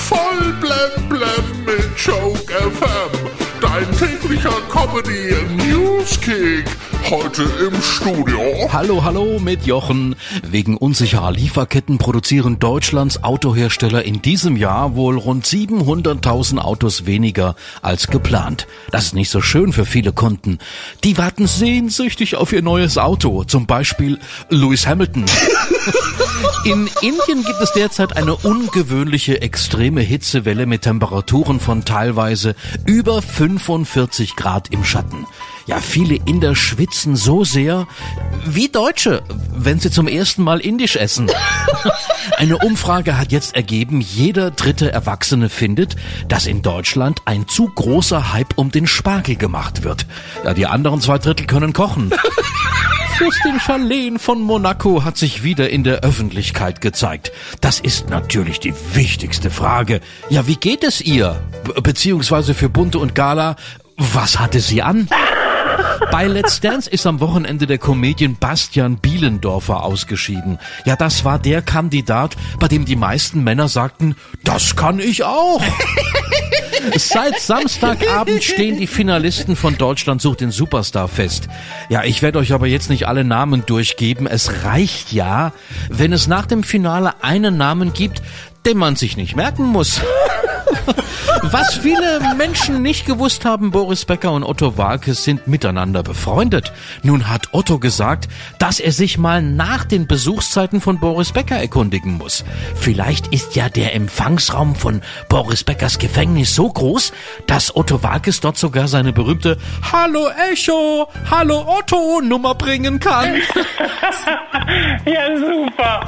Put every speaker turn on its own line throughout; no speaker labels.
Voll blem blem mit Joke FM. Dein täglicher Comedy News Kick. Heute im Studio.
Hallo mit Jochen. Wegen unsicherer Lieferketten produzieren Deutschlands Autohersteller in diesem Jahr wohl rund 700.000 Autos weniger als geplant. Das ist nicht so schön für viele Kunden. Die warten sehnsüchtig auf ihr neues Auto, zum Beispiel Lewis Hamilton. In Indien gibt es derzeit eine ungewöhnliche extreme Hitzewelle mit Temperaturen von teilweise über 45 Grad im Schatten. Ja, viele Inder schwitzen so sehr wie Deutsche, wenn sie zum ersten Mal indisch essen. Eine Umfrage hat jetzt ergeben, jeder dritte Erwachsene findet, dass in Deutschland ein zu großer Hype um den Spargel gemacht wird. Ja, die anderen 2/3 können kochen. Fürstin Charlene von Monaco hat sich wieder in der Öffentlichkeit gezeigt. Das ist natürlich die wichtigste Frage. Ja, wie geht es ihr? Beziehungsweise für Bunte und Gala, was hatte sie an? Bei Let's Dance ist am Wochenende der Comedian Bastian Bielendorfer ausgeschieden. Ja, das war der Kandidat, bei dem die meisten Männer sagten, das kann ich auch. Seit Samstagabend stehen die Finalisten von Deutschland sucht den Superstar fest. Ja, ich werde euch aber jetzt nicht alle Namen durchgeben. Es reicht ja, wenn es nach dem Finale einen Namen gibt, den man sich nicht merken muss. Was viele Menschen nicht gewusst haben, Boris Becker und Otto Waalkes sind miteinander befreundet. Nun hat Otto gesagt, dass er sich mal nach den Besuchszeiten von Boris Becker erkundigen muss. Vielleicht ist ja der Empfangsraum von Boris Beckers Gefängnis so groß, dass Otto Waalkes dort sogar seine berühmte Hallo Echo, Hallo Otto Nummer bringen kann.
Ja, super.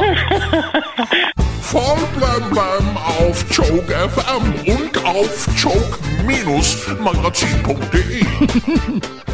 Voll blem blem auf Joke FM und auf joke-magazin.de.